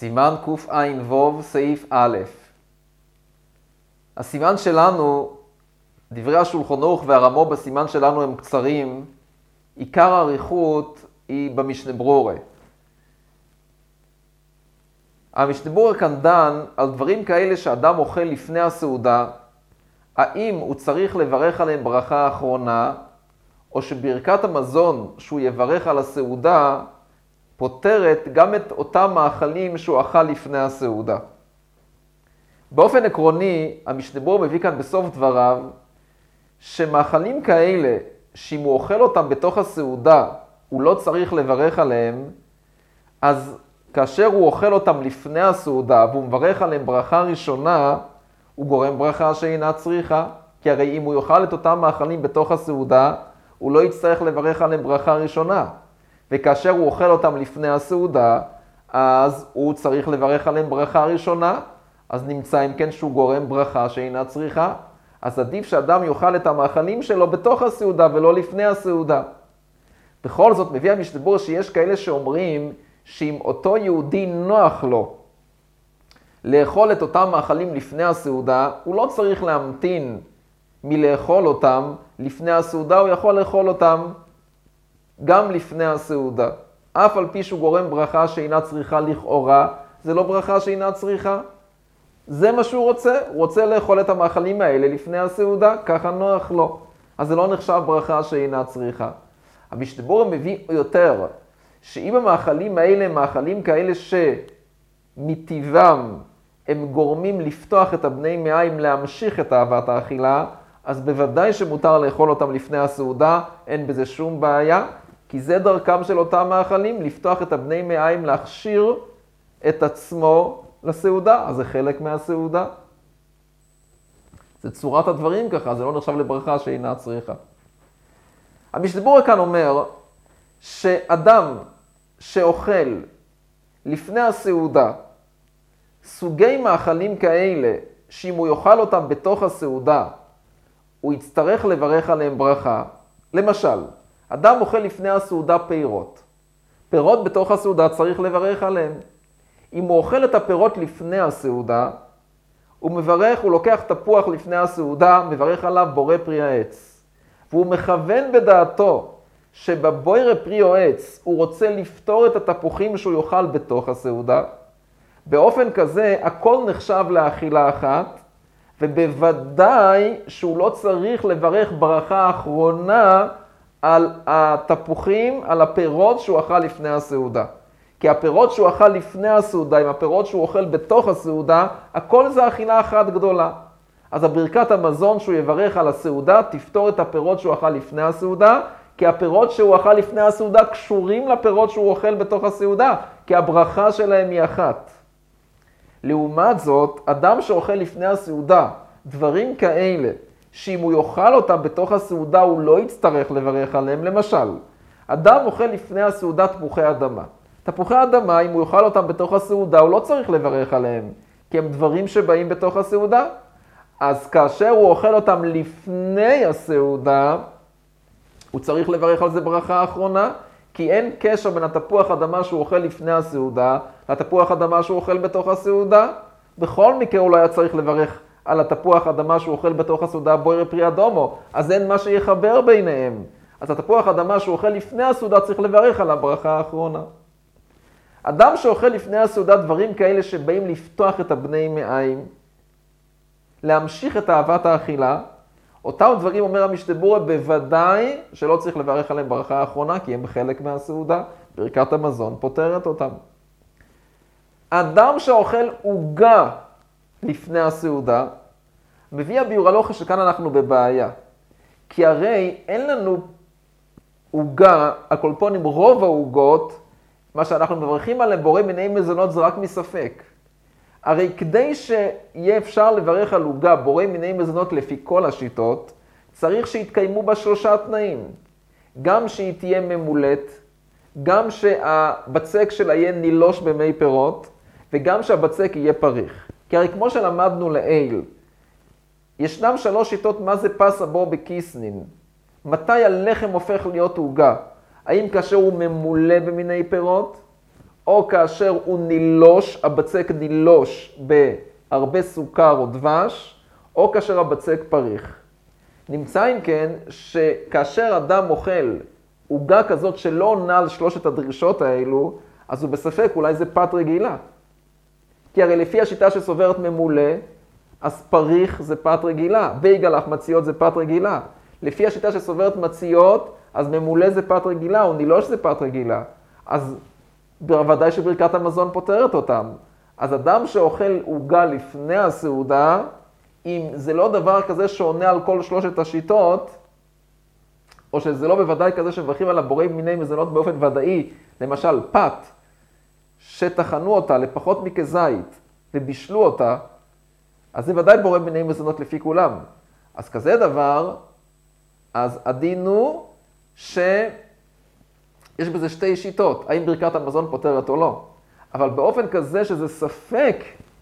סימן קע"ו סעיף א'. הסימן שלנו, דברי השולחן ערוך והרמו בסימן שלנו הם קצרים, עיקר האריכות היא במשנה ברורה. המשנה ברורה כאן דן על דברים כאלה שאדם אוכל לפני הסעודה, האם הוא צריך לברך עליהם ברכה האחרונה, או שברכת המזון שהוא יברך על הסעודה פותרת גם את אותם מאכלים שהוא אכל לפני הסעודה. באופן עקרוני, המשנה ברורה מביא כאן בסוף דבריו, שמאכלים כאלה, שאם הוא אוכל אותם בתוך הסעודה, הוא לא צריך לברך עליהם, אז כאשר הוא אוכל אותם לפני הסעודה, והוא מברך עליהם ברכה ראשונה, הוא גורם ברכה שאינה צריכה. כי הרי אם הוא יאכל את אותם מאכלים בתוך הסעודה, הוא לא יצטרך לברך עליהם ברכה ראשונה. וכאשר הוא אוכל אותם לפני הסעודה, אז הוא צריך לברך עליהם ברכה ראשונה, אז נמצא אם כן שהוא גורם ברכה שאינה צריכה. אז עדיף שאדם יאכל את המאכלים שלו בתוך הסעודה ולא לפני הסעודה. בכל זאת מביא המשנה ברורה שיש כאלה שאומרים שאם אותו יהודי נוח לו לאכול את אותם מאכלים לפני הסעודה, הוא לא צריך להמתין מלאכול אותם לפני הסעודה, הוא יכול לאכול אותם גם לפני הסעודה. אף על פי שהוא גורם ברכה שאינה צריכה לכאורה, זה לא ברכה שאינה צריכה. זה מה שהוא רוצה, הוא רוצה לאכול את המאכלים האלה לפני הסעודה, ככה נוח לו. אז זה לא נחשב ברכה שאינה צריכה. המשנה ברורה מביא יותר, שאם המאכלים האלה הם מאכלים כאלה שמטבעם הם גורמים לפתוח את הבני מעיים להמשיך את אהבת האכילה, אז בוודאי שמותר לאכול אותם לפני הסעודה, אין בזה שום בעיה, כי זה דרכם של אותם מאכלים, לפתוח את הבני מעיים, להכשיר את עצמו לסעודה, אז זה חלק מהסעודה. זה צורת הדברים ככה, זה לא נחשב לברכה שאינה צריכה. המשנה ברורה כאן אומר שאדם שאוכל לפני הסעודה סוגי מאכלים כאלה, שאם הוא יאכל אותם בתוך הסעודה, הוא יצטרך לברך עליהם ברכה. למשל, אדם אוכל לפני הסעודה פירות. פירות בתוך הסעודה צריך לברך עליהם. אם הוא אוכל את הפירות לפני הסעודה, הוא מברך, הוא לוקח תפוח לפני הסעודה, מברך עליו בורא פרי העץ. והוא מכוון בדעתו שבבורא פרי העץ הוא רוצה לפתור את התפוחים שהוא יאכל בתוך הסעודה. באופן כזה הכל נחשב לאכילה אחת, ובוודאי שהוא לא צריך לברך ברכה אחרונה על התפוחים, על הפירות שהוא אכל לפני הסעודה. כי הפירות שהוא אכל לפני הסעודה, עם הפירות שהוא אוכל בתוך הסעודה, הכל זה אכילה אחת גדולה. אז הברכת המזון שהוא יברך על הסעודה, תפתור את הפירות שהוא אכל לפני הסעודה, כי הפירות שהוא אכל לפני הסעודה קשורים לפירות שהוא אוכל בתוך הסעודה, כי הברכה שלהם היא אחת. לעומת זאת, אדם שאוכל לפני הסעודה, דברים כאלה, שאם הוא יאכל אותם בתוך הסעודה, הוא לא יצטרך לברך עליהם. למשל, אדם אוכל לפני הסעודה תפוחי אדמה. תפוחי אדמה, אם הוא יאכל אותם בתוך הסעודה, הוא לא צריך לברך עליהם, כי הם דברים שבאים בתוך הסעודה. אז כאשר הוא אוכל אותם לפני הסעודה, הוא צריך לברך על זה ברכה האחרונה, כי אין קשר בין התפוח אדמה שהוא אוכל לפני הסעודה, לתפוח אדמה שהוא אוכל בתוך הסעודה. בכל מקרה הוא לא היה צריך לברך על התפוח אדמה שהוא אוכל בתוך הסעודה בורא פרי אדומו, אז אין מה שיחבר ביניהם. אז התפוח אדמה שהוא אוכל לפני הסעודה צריך לברך על הברכה האחרונה. אדם שאוכל לפני הסעודה דברים כאלה שבאים לפתוח את הבני מעיים, להמשיך את אהבת האכילה, אותם דברים אומר המשנה ברורה בוודאי שלא צריך לברך עליהם ברכה האחרונה, כי הם חלק מהסעודה, ברכת המזון פותרת אותם. אדם שאוכל עוגה לפני הסעודה, מביא הביאור הלכה שכאן אנחנו בבעיה. כי הרי אין לנו עוגה, הקולפונים רוב העוגות, מה שאנחנו מברכים עליהם בורא מיני מזונות זה רק מספק. הרי כדי שיהיה אפשר לברך על עוגה בורא מיני מזונות לפי כל השיטות, צריך שיתקיימו בה 3 תנאים. גם שהיא תהיה ממולט, גם שהבצק שלה יהיה נילוש במי פירות, וגם שהבצק יהיה פריך. כי הרי כמו שלמדנו לעיל, ישנם 3 שיטות מה זה פס הבור בכיסנין. מתי הלחם הופך להיות עוגה? האם כאשר הוא ממולא במיני פירות, או כאשר הוא נילוש, הבצק נילוש בהרבה סוכר או דבש, או כאשר הבצק פריך. נמצא אם כן שכאשר אדם אוכל עוגה כזאת שלא עונה על שלושת הדרישות האלו, אז הוא בספק, אולי זה פת רגילה. כי הרי לפי השיטה שסוברת ממולא, אז פריך זה פת רגילה, בייגל החמציות זה פת רגילה. לפי השיטה שסוברת מציות, אז ממולא זה פת רגילה, או נילוש זה פת רגילה. אז בוודאי שברכת המזון פותרת אותם. אז אדם שאוכל עוגה לפני הסעודה, אם זה לא דבר כזה שעונה על כל שלושת השיטות, או שזה לא בוודאי כזה שמברכים על הבורא מיני מזונות באופן ודאי, למשל פת, שטחנו אותה לפחות מכזית ובישלו אותה, אז זה ודאי בורא מיני מזונות לפי כולם. אז כזה דבר, אז הדין הוא שיש בזה שתי שיטות, האם ברכת המזון פותרת או לא. אבל באופן כזה שזה ספק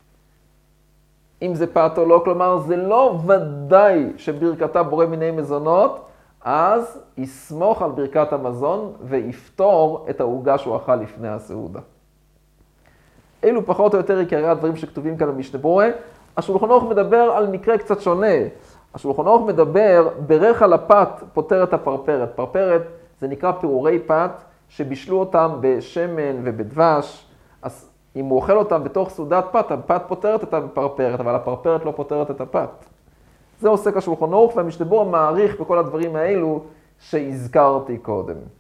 אם זה פת או לא, כלומר זה לא ודאי שברכתה בורא מיני מזונות, אז יסמוך על ברכת המזון ויפתור את העוגה שהוא אכל לפני הסעודה. אלו פחות או יותר עיקרי הדברים שכתובים כאן במשנה ברורה. השולחן ערוך מדבר על מקרה קצת שונה. השולחן ערוך מדבר, ברך על הפת פותר את הפרפרת. פרפרת זה נקרא פירורי פת שבישלו אותם בשמן ובדבש. אז אם הוא אוכל אותם בתוך סעודת פת, הפת פותרת את הפרפרת, אבל הפרפרת לא פותרת את הפת. זה עוסק השולחן ערוך, והמשנה ברורה מעריך בכל הדברים האלו שהזכרתי קודם.